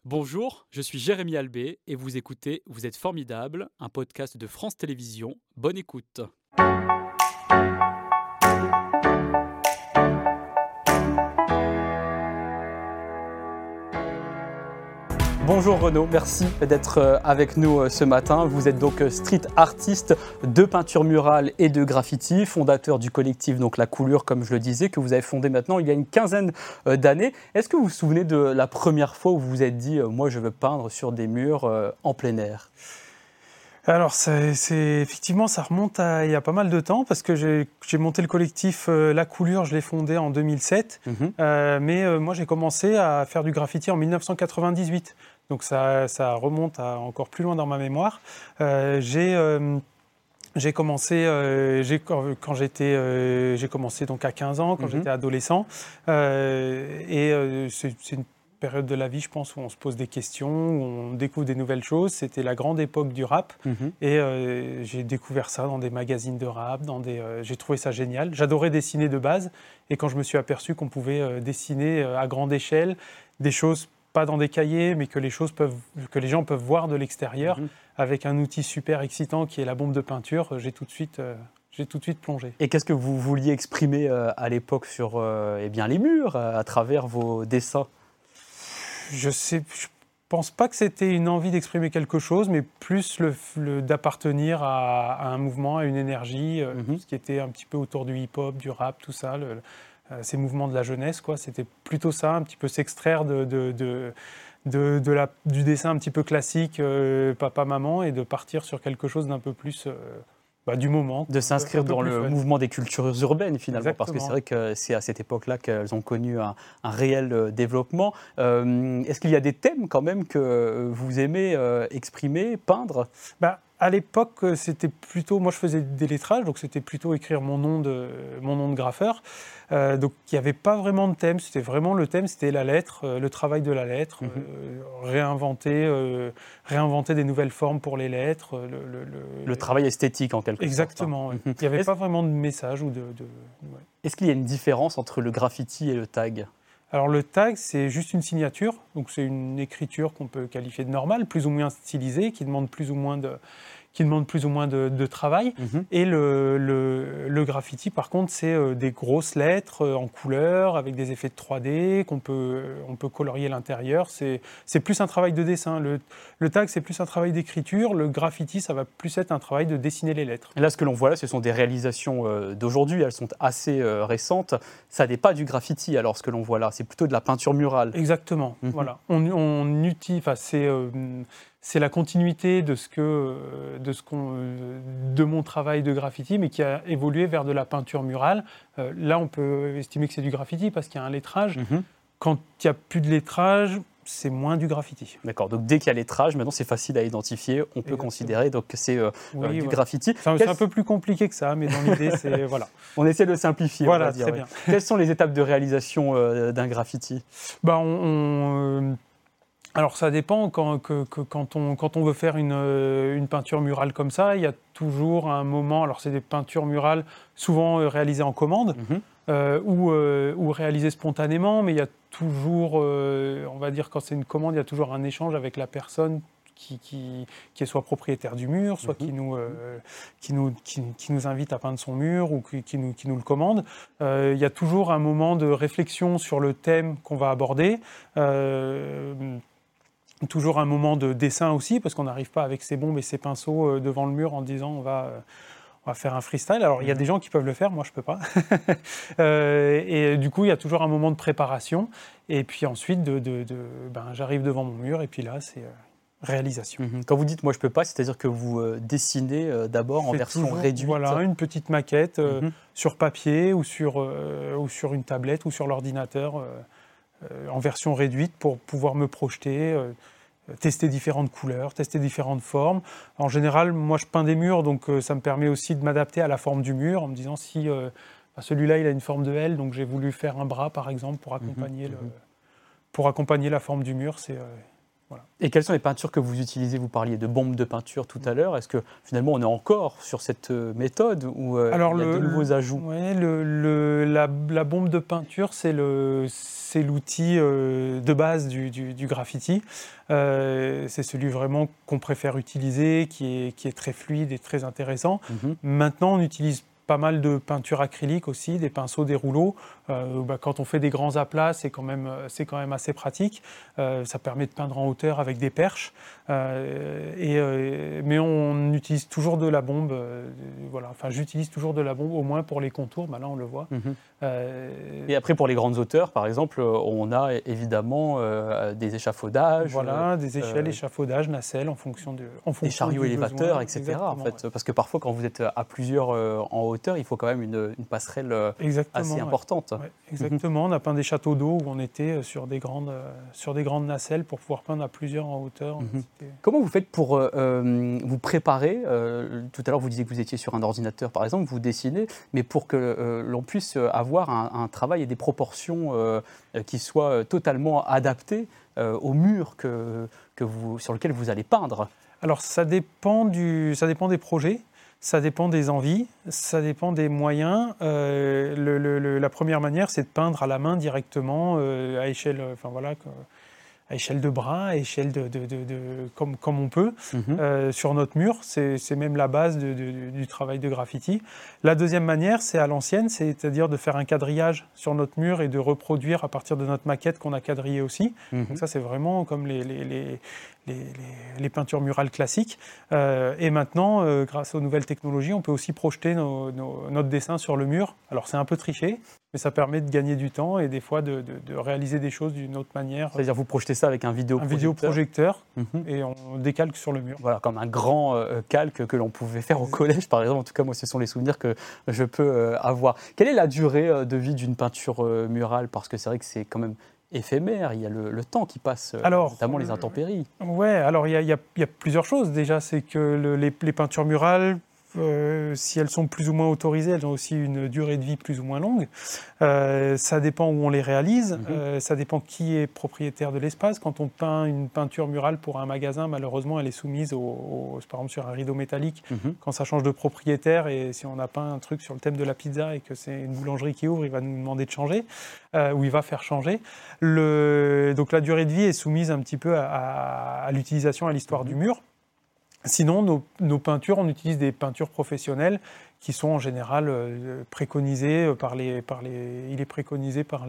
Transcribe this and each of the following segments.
Bonjour, je suis Jérémy Albé et vous écoutez Vous êtes formidable, un podcast de France Télévisions. Bonne écoute. Bonjour Renaud, merci d'être avec nous ce matin. Vous êtes donc street artiste de peinture murale et de graffiti, fondateur du collectif donc La Coulure, comme je le disais, que vous avez fondé maintenant il y a une quinzaine d'années. Est-ce que vous vous souvenez de la première fois où vous vous êtes dit « moi je veux peindre sur des murs en plein air » ? Alors, effectivement, ça remonte à il y a pas mal de temps parce que j'ai monté le collectif La Coulure, je l'ai fondé en 2007. Mais moi, j'ai commencé à faire du graffiti en 1998. Donc, ça remonte à encore plus loin dans ma mémoire. J'ai commencé j'ai commencé donc à 15 ans, quand j'étais adolescent. C'est une période de la vie, je pense, où on se pose des questions, où on découvre des nouvelles choses. C'était la grande époque du rap. Et j'ai découvert ça dans des magazines de rap, j'ai trouvé ça génial. J'adorais dessiner de base. Et quand je me suis aperçu qu'on pouvait dessiner à grande échelle des choses, pas dans des cahiers, mais que les gens peuvent voir de l'extérieur, avec un outil super excitant qui est la bombe de peinture, j'ai tout de suite plongé. Et qu'est-ce que vous vouliez exprimer à l'époque sur les murs, à travers vos dessins ? Je pense pas que c'était une envie d'exprimer quelque chose, mais plus d'appartenir à un mouvement, à une énergie, ce qui était un petit peu autour du hip-hop, du rap, tout ça, ces mouvements de la jeunesse, quoi. C'était plutôt ça, un petit peu s'extraire du dessin un petit peu classique, papa-maman, et de partir sur quelque chose d'un peu plus du moment. De s'inscrire dans le mouvement des cultures urbaines, finalement. Exactement. Parce que c'est vrai que c'est à cette époque-là qu'elles ont connu un réel développement. Est-ce qu'il y a des thèmes quand même que vous aimez exprimer, peindre ? À l'époque, c'était plutôt, moi je faisais des lettrages, donc c'était plutôt écrire mon nom de graffeur. Donc il n'y avait pas vraiment de thème, le thème, c'était la lettre, le travail de la lettre, réinventer des nouvelles formes pour les lettres. Le travail esthétique en quelque sorte. Exactement. Il n'y avait pas vraiment de message ou Est-ce qu'il y a une différence entre le graffiti et le tag ? Alors le tag, c'est juste une signature, donc c'est une écriture qu'on peut qualifier de normale, plus ou moins stylisée, qui demande plus ou moins de travail. Et le graffiti, par contre, c'est des grosses lettres en couleur, avec des effets de 3D, on peut colorier l'intérieur. C'est plus un travail de dessin. Le tag, c'est plus un travail d'écriture. Le graffiti, ça va plus être un travail de dessiner les lettres. Et là, ce que l'on voit là, ce sont des réalisations d'aujourd'hui. Elles sont assez récentes. Ça n'est pas du graffiti, alors, ce que l'on voit là. C'est plutôt de la peinture murale. Exactement. Voilà. C'est la continuité de mon travail de graffiti, mais qui a évolué vers de la peinture murale. Là, on peut estimer que c'est du graffiti parce qu'il y a un lettrage. Quand il n'y a plus de lettrage, c'est moins du graffiti. D'accord, donc dès qu'il y a lettrage, maintenant c'est facile à identifier, on peut considérer donc que c'est du graffiti. C'est un peu plus compliqué que ça, mais dans l'idée, c'est voilà. On essaie de le simplifier, voilà, on va dire. Très bien. Quelles sont les étapes de réalisation d'un graffiti ? Alors ça dépend, quand on veut faire une peinture murale comme ça, il y a toujours un moment, alors c'est des peintures murales souvent réalisées en commande ou réalisées spontanément, mais il y a toujours, on va dire quand c'est une commande, il y a toujours un échange avec la personne qui est soit propriétaire du mur, soit qui nous invite à peindre son mur ou qui nous le commande. Il y a toujours un moment de réflexion sur le thème qu'on va aborder. Toujours un moment de dessin aussi, parce qu'on n'arrive pas avec ses bombes et ses pinceaux devant le mur en disant on va faire un freestyle. Alors il y a des gens qui peuvent le faire, moi je peux pas. Et du coup il y a toujours un moment de préparation. Et puis ensuite j'arrive devant mon mur et puis là c'est réalisation. Quand vous dites moi je peux pas, c'est-à-dire que vous dessinez d'abord en version réduite. Voilà, une petite maquette sur papier ou sur une tablette ou sur l'ordinateur. En version réduite pour pouvoir me projeter, tester différentes couleurs, tester différentes formes. En général, moi je peins des murs, donc ça me permet aussi de m'adapter à la forme du mur, en me disant si celui-là il a une forme de L, donc j'ai voulu faire un bras par exemple pour accompagner la forme du mur. Voilà. Et quelles sont les peintures que vous utilisez? Vous parliez de bombes de peinture tout à l'heure. Est-ce que finalement on est encore sur cette méthode ou il y a de nouveaux ajouts? Ouais, la bombe de peinture, c'est l'outil de base du graffiti. C'est celui vraiment qu'on préfère utiliser, qui est très fluide et très intéressant. Maintenant, on utilise pas mal de peinture acrylique aussi, des pinceaux, des rouleaux. Quand on fait des grands aplats, c'est quand même assez pratique. Ça permet de peindre en hauteur avec des perches. Mais on utilise toujours de la bombe. Voilà. Enfin, j'utilise toujours de la bombe, au moins pour les contours. Là, on le voit. Et après, pour les grandes hauteurs, par exemple, on a évidemment des échafaudages. Voilà, des échelles, échafaudages, nacelles, en fonction des chariots élévateurs, etc. En fait. Ouais. Parce que parfois, quand vous êtes à plusieurs en hauteur, il faut quand même une passerelle assez importante. Ouais, exactement. On a peint des châteaux d'eau où on était sur des grandes nacelles pour pouvoir peindre à plusieurs en hauteur. Comment vous faites pour vous préparer tout à l'heure, vous disiez que vous étiez sur un ordinateur, par exemple, vous dessinez, mais pour que l'on puisse avoir un travail et des proportions qui soient totalement adaptées au mur sur lequel vous allez peindre? Alors, ça dépend des projets. Ça dépend des envies, ça dépend des moyens. La première manière, c'est de peindre à la main directement, à échelle, à échelle de bras, à échelle comme on peut, sur notre mur. C'est même la base du travail de graffiti. La deuxième manière, c'est à l'ancienne, c'est-à-dire de faire un quadrillage sur notre mur et de reproduire à partir de notre maquette qu'on a quadrillée aussi. Donc ça, c'est vraiment comme les peintures murales classiques. Et maintenant, grâce aux nouvelles technologies, on peut aussi projeter notre dessin sur le mur. Alors c'est un peu triché, mais ça permet de gagner du temps et des fois de réaliser des choses d'une autre manière. C'est-à-dire vous projetez ça avec un vidéoprojecteur et on décalque sur le mur. Voilà, comme un grand calque que l'on pouvait faire au collège, par exemple. En tout cas, moi, ce sont les souvenirs que je peux avoir. Quelle est la durée de vie d'une peinture murale? Parce que c'est vrai que c'est quand même éphémère, il y a le temps qui passe, notamment les intempéries. Oui, alors il y a plusieurs choses. Déjà, c'est que les peintures murales, si elles sont plus ou moins autorisées, elles ont aussi une durée de vie plus ou moins longue. Ça dépend où on les réalise, ça dépend qui est propriétaire de l'espace. Quand on peint une peinture murale pour un magasin, malheureusement, elle est soumise par exemple sur un rideau métallique. Quand ça change de propriétaire, et si on a peint un truc sur le thème de la pizza et que c'est une boulangerie qui ouvre, il va nous demander de changer, ou il va faire changer. Donc la durée de vie est soumise un petit peu à l'utilisation, à l'histoire du mur. Sinon, nos peintures, on utilise des peintures professionnelles qui sont en général préconisées il est préconisé par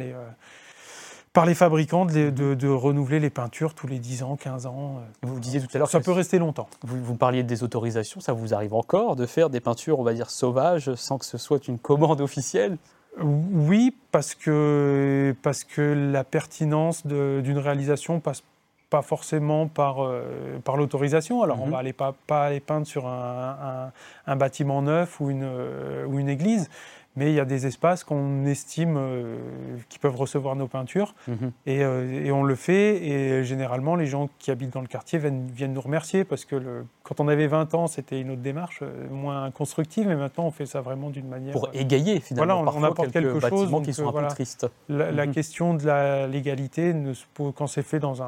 les fabricants de renouveler les peintures tous les 10 ans, 15 ans. Vous disiez tout à l'heure ça peut rester longtemps. Vous parliez des autorisations, ça vous arrive encore de faire des peintures, on va dire, sauvages, sans que ce soit une commande officielle? Oui, parce que la pertinence d'une réalisation passe pas forcément par l'autorisation. Alors on va pas aller peindre sur un bâtiment neuf ou une église, mais il y a des espaces qu'on estime qui peuvent recevoir nos peintures et on le fait, et généralement les gens qui habitent dans le quartier viennent nous remercier parce que quand on avait 20 ans, c'était une autre démarche, moins constructive, mais maintenant on fait ça vraiment d'une manière... Pour égayer finalement, voilà, on apporte quelque chose qui sont un peu tristes. La question de la légalité, quand c'est fait dans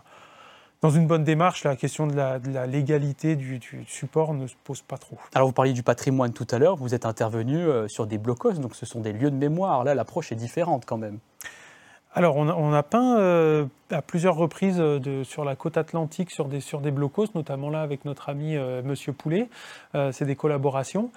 une bonne démarche, la question de la légalité du support ne se pose pas trop. Alors vous parliez du patrimoine tout à l'heure, vous êtes intervenu sur des blocos, donc ce sont des lieux de mémoire. Là, l'approche est différente quand même. Alors on a peint à plusieurs reprises sur la côte atlantique sur des blocos, notamment là avec notre ami Monsieur Poulet. C'est des collaborations.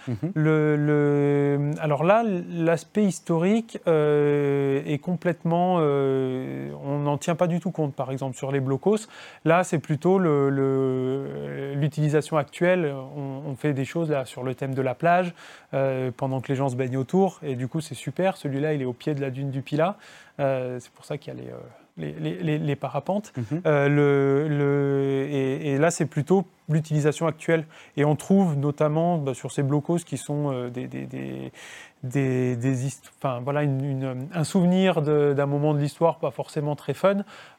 Alors là, l'aspect historique est complètement... on n'en tient pas du tout compte, par exemple, sur les blocos. Là, c'est plutôt l'utilisation actuelle. On fait des choses là sur le thème de la plage, pendant que les gens se baignent autour. Et du coup, c'est super. Celui-là, il est au pied de la dune du Pilat. C'est pour ça qu'il y a les parapentes. Et là, c'est plutôt l'utilisation actuelle. Et on trouve notamment sur ces blocos qui sont un souvenir d'un moment de l'histoire pas forcément très fun.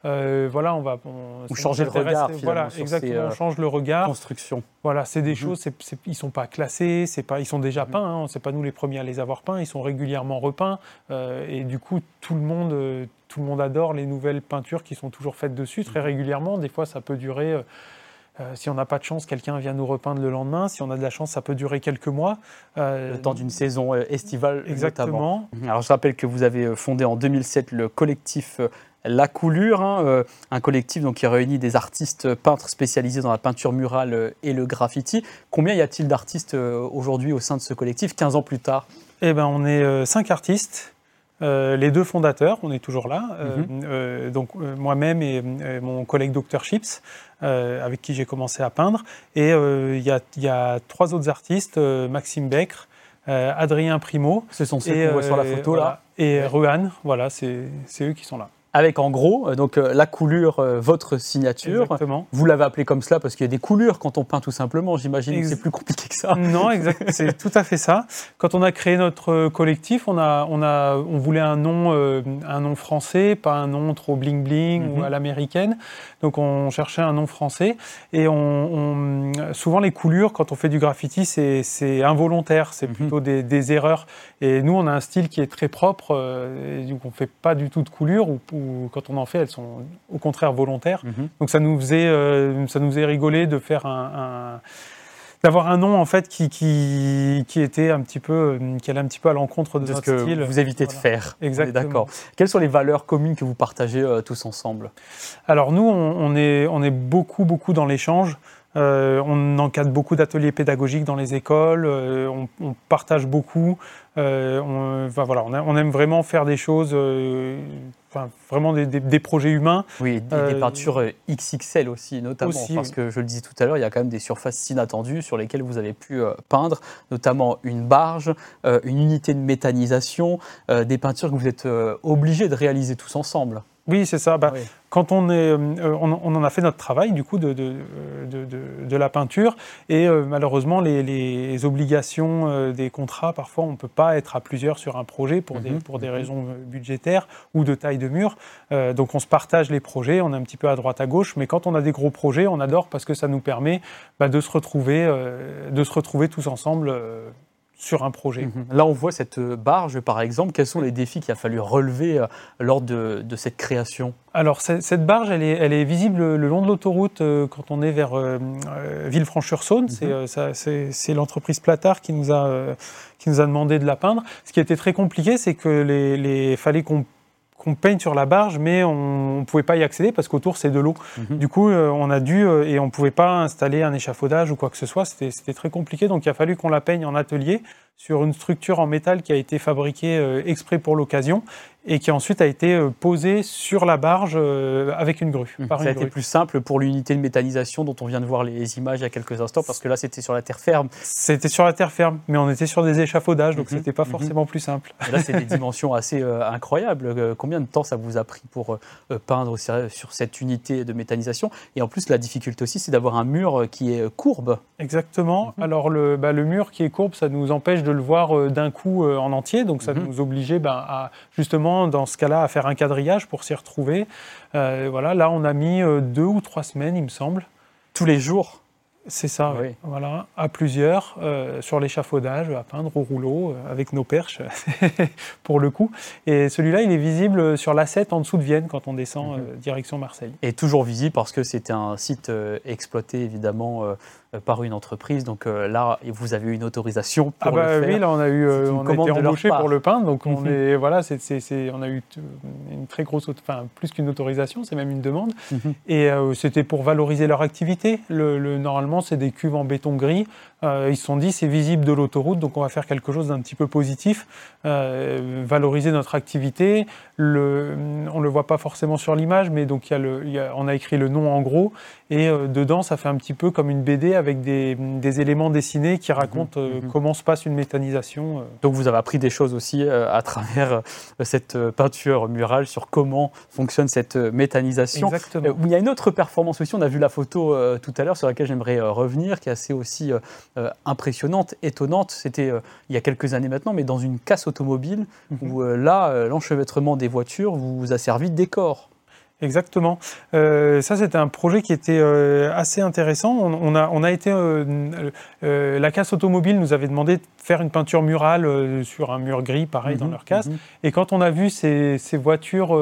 Ou changer le regard. Voilà, exactement. On change le regard. Construction. Voilà, c'est des choses. Ils sont pas classés. Ils sont déjà peints. C'est pas nous les premiers à les avoir peints. Ils sont régulièrement repeints. Et du coup, tout le monde tout le monde adore les nouvelles peintures qui sont toujours faites dessus très régulièrement. Des fois, ça peut durer, si on n'a pas de chance, quelqu'un vient nous repeindre le lendemain. Si on a de la chance, ça peut durer quelques mois. Le temps d'une saison estivale. Exactement. Notamment. Alors, je rappelle que vous avez fondé en 2007 le collectif La Coulure, un collectif donc, qui réunit des artistes peintres spécialisés dans la peinture murale et le graffiti. Combien y a-t-il d'artistes aujourd'hui au sein de ce collectif, 15 ans plus tard? Eh ben, on est 5 artistes. Les 2 fondateurs, on est toujours là, donc moi-même et mon collègue Dr Chips, avec qui j'ai commencé à peindre. Et il y a 3 autres artistes, Maxime Becre, Adrien Primo. Ce sont ceux qu'on voit sur la photo voilà, là. Et Ruan, voilà, c'est eux qui sont là. Avec en gros, donc La Coulure, votre signature. Exactement. Vous l'avez appelé comme cela parce qu'il y a des coulures quand on peint tout simplement. J'imagine que c'est plus compliqué que ça. Non, exact, c'est tout à fait ça. Quand on a créé notre collectif, on voulait un nom français, pas un nom trop bling bling ou à l'américaine. Donc on cherchait un nom français. Et souvent les coulures, quand on fait du graffiti, c'est involontaire, c'est plutôt des erreurs. Et nous, on a un style qui est très propre, et donc on ne fait pas du tout de coulures, ou quand on en fait, elles sont au contraire volontaires. Donc ça nous faisait rigoler de faire d'avoir un nom en fait qui était un petit peu, qui allait un petit peu à l'encontre de notre style. Que vous évitez de faire. Exactement. D'accord. Quelles sont les valeurs communes que vous partagez tous ensemble? Alors nous, on est beaucoup dans l'échange. On encadre beaucoup d'ateliers pédagogiques dans les écoles, on partage beaucoup, on aime vraiment faire des choses, vraiment des projets humains. Oui, des peintures XXL aussi, notamment, parce que je le disais tout à l'heure, il y a quand même des surfaces inattendues sur lesquelles vous avez pu peindre, notamment une barge, une unité de méthanisation, des peintures que vous êtes obligés de réaliser tous ensemble. Oui, c'est ça. Oui. Quand on en a fait notre travail du coup de la peinture et malheureusement les obligations des contrats, parfois on ne peut pas être à plusieurs sur un projet pour des raisons budgétaires ou de taille de mur. Donc on se partage les projets, on est un petit peu à droite à gauche, mais quand on a des gros projets, on adore parce que ça nous permet de se retrouver tous ensemble. Sur un projet. Là, on voit cette barge, par exemple. Quels sont les défis qu'il a fallu relever lors de cette création? Alors, cette barge, elle est visible le long de l'autoroute quand on est vers Villefranche-sur-Saône. C'est l'entreprise Platard qui nous a demandé de la peindre. Ce qui était très compliqué, c'est que fallait qu'on peigne sur la barge, mais on ne pouvait pas y accéder parce qu'autour, c'est de l'eau. Du coup, on a dû, et on ne pouvait pas installer un échafaudage ou quoi que ce soit, c'était très compliqué. Donc, il a fallu qu'on la peigne en atelier sur une structure en métal qui a été fabriquée exprès pour l'occasion et qui ensuite a été posée sur la barge avec une grue. Ça a été plus simple pour l'unité de méthanisation dont on vient de voir les images il y a quelques instants, parce que là, c'était sur la terre ferme. C'était sur la terre ferme, mais on était sur des échafaudages, donc c'était pas forcément plus simple. Et là, c'est des dimensions assez incroyables. Combien de temps ça vous a pris pour peindre sur cette unité de méthanisation? Et en plus, la difficulté aussi, c'est d'avoir un mur qui est courbe. Exactement. Alors, le mur qui est courbe, ça nous empêche de le voir d'un coup en entier, donc ça nous obligeait à justement dans ce cas-là, à faire un quadrillage pour s'y retrouver. Voilà, là, on a mis 2 ou 3 semaines, il me semble. Tous les jours? C'est ça, oui. Voilà, à plusieurs, sur l'échafaudage, à peindre au rouleau, avec nos perches, pour le coup. Et celui-là, il est visible sur l'A7 en dessous de Vienne, quand on descend direction Marseille. Et toujours visible parce que c'était un site exploité, évidemment, par une entreprise. Donc là, vous avez eu une autorisation pour le faire. Oui, là, on a été embauché pour le peindre. Donc on a eu une très grosse, plus qu'une autorisation, c'est même une demande. Et c'était pour valoriser leur activité. Normalement, c'est des cuves en béton gris. Ils se sont dit, c'est visible de l'autoroute, donc on va faire quelque chose d'un petit peu positif, valoriser notre activité. On ne le voit pas forcément sur l'image, mais donc on a écrit le nom en gros, et dedans, ça fait un petit peu comme une BD avec des éléments dessinés qui racontent comment se passe une méthanisation. Donc vous avez appris des choses aussi à travers cette peinture murale sur comment fonctionne cette méthanisation. Exactement. Il y a une autre performance aussi, on a vu la photo tout à l'heure sur laquelle j'aimerais revenir, qui est assez aussi impressionnante, étonnante. C'était il y a quelques années maintenant, mais dans une casse automobile où là, l'enchevêtrement des voitures vous a servi de décor. Exactement. Ça, c'était un projet qui était assez intéressant. La casse automobile nous avait demandé de faire une peinture murale sur un mur gris, pareil, dans leur casse. Et quand on a vu ces voitures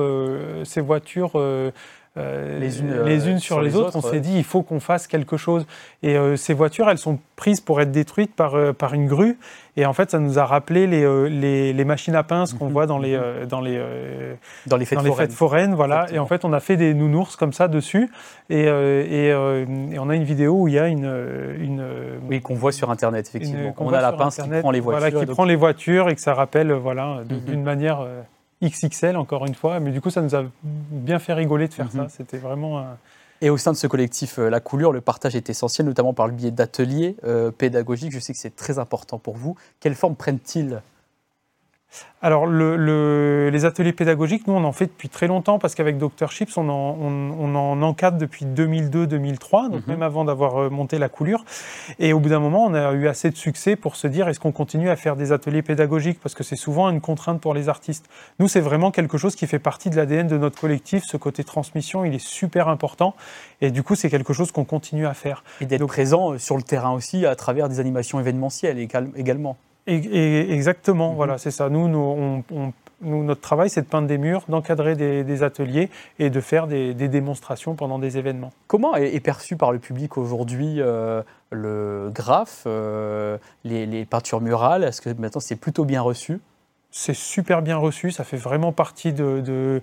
les unes sur les autres, on s'est dit il faut qu'on fasse quelque chose. Et ces voitures, elles sont prises pour être détruites par une grue. Et en fait, ça nous a rappelé les machines à pince qu'on voit dans les fêtes foraines. Voilà. Et en fait, on a fait des nounours comme ça dessus. Et on a une vidéo où il y a oui, qu'on voit sur Internet, effectivement. On a la pince qui prend les voitures. Voilà, qui prend les voitures et que ça rappelle d'une manière... XXL encore une fois, mais du coup ça nous a bien fait rigoler de faire ça, c'était vraiment... Et au sein de ce collectif La Coulure, le partage est essentiel, notamment par le biais d'ateliers pédagogiques, je sais que c'est très important pour vous. Quelle forme prennent-ils ? Alors, les ateliers pédagogiques, nous, on en fait depuis très longtemps parce qu'avec Dr Chips, on en encadre depuis 2002-2003, donc même avant d'avoir monté La Coulure. Et au bout d'un moment, on a eu assez de succès pour se dire est-ce qu'on continue à faire des ateliers pédagogiques parce que c'est souvent une contrainte pour les artistes. Nous, c'est vraiment quelque chose qui fait partie de l'ADN de notre collectif. Ce côté transmission, il est super important. Et du coup, c'est quelque chose qu'on continue à faire. Et d'être présent sur le terrain aussi à travers des animations événementielles également. Exactement, voilà, c'est ça. Nous, notre travail, c'est de peindre des murs, d'encadrer des ateliers et de faire des démonstrations pendant des événements. Comment est perçu par le public aujourd'hui le graphe, les peintures murales ? Est-ce que maintenant c'est plutôt bien reçu ? C'est super bien reçu, ça fait vraiment partie de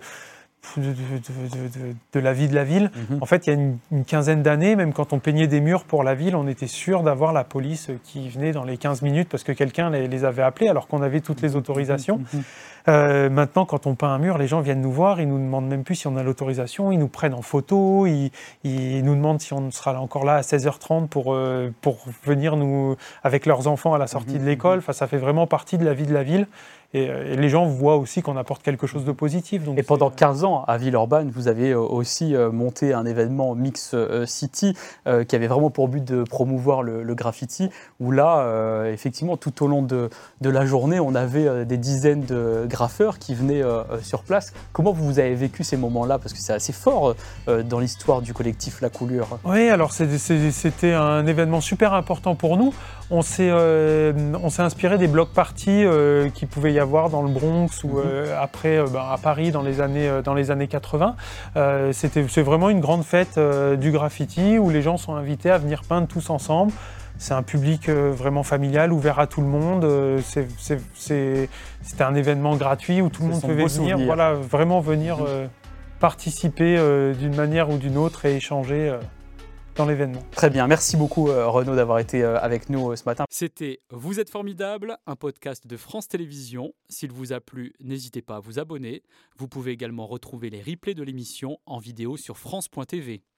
la vie de la ville. En fait, il y a une quinzaine d'années, même quand on peignait des murs pour la ville, on était sûr d'avoir la police qui venait dans les 15 minutes parce que quelqu'un les avait appelés alors qu'on avait toutes les autorisations. Maintenant, quand on peint un mur, les gens viennent nous voir, ils nous demandent même plus si on a l'autorisation, ils nous prennent en photo, ils nous demandent si on sera encore là à 16h30 pour venir avec leurs enfants à la sortie de l'école. Enfin, ça fait vraiment partie de la vie de la ville. Et les gens voient aussi qu'on apporte quelque chose de positif. Donc et pendant 15 ans, à Villeurbanne, vous avez aussi monté un événement Mix City qui avait vraiment pour but de promouvoir le graffiti, où là, effectivement, tout au long de la journée, on avait des dizaines de graffeurs qui venaient sur place. Comment vous avez vécu ces moments-là ? Parce que c'est assez fort dans l'histoire du collectif La Coulure. Oui, alors c'était un événement super important pour nous. On s'est inspiré des block parties qui pouvaient y avoir dans le Bronx ou après à Paris dans les années 80. C'est vraiment une grande fête du graffiti où les gens sont invités à venir peindre tous ensemble. C'est un public vraiment familial, ouvert à tout le monde. C'était un événement gratuit où tout le monde pouvait venir, voilà, vraiment venir participer d'une manière ou d'une autre et échanger dans l'événement. Très bien, merci beaucoup Renaud d'avoir été avec nous ce matin. C'était Vous êtes formidable, un podcast de France Télévisions. S'il vous a plu, n'hésitez pas à vous abonner. Vous pouvez également retrouver les replays de l'émission en vidéo sur France.tv.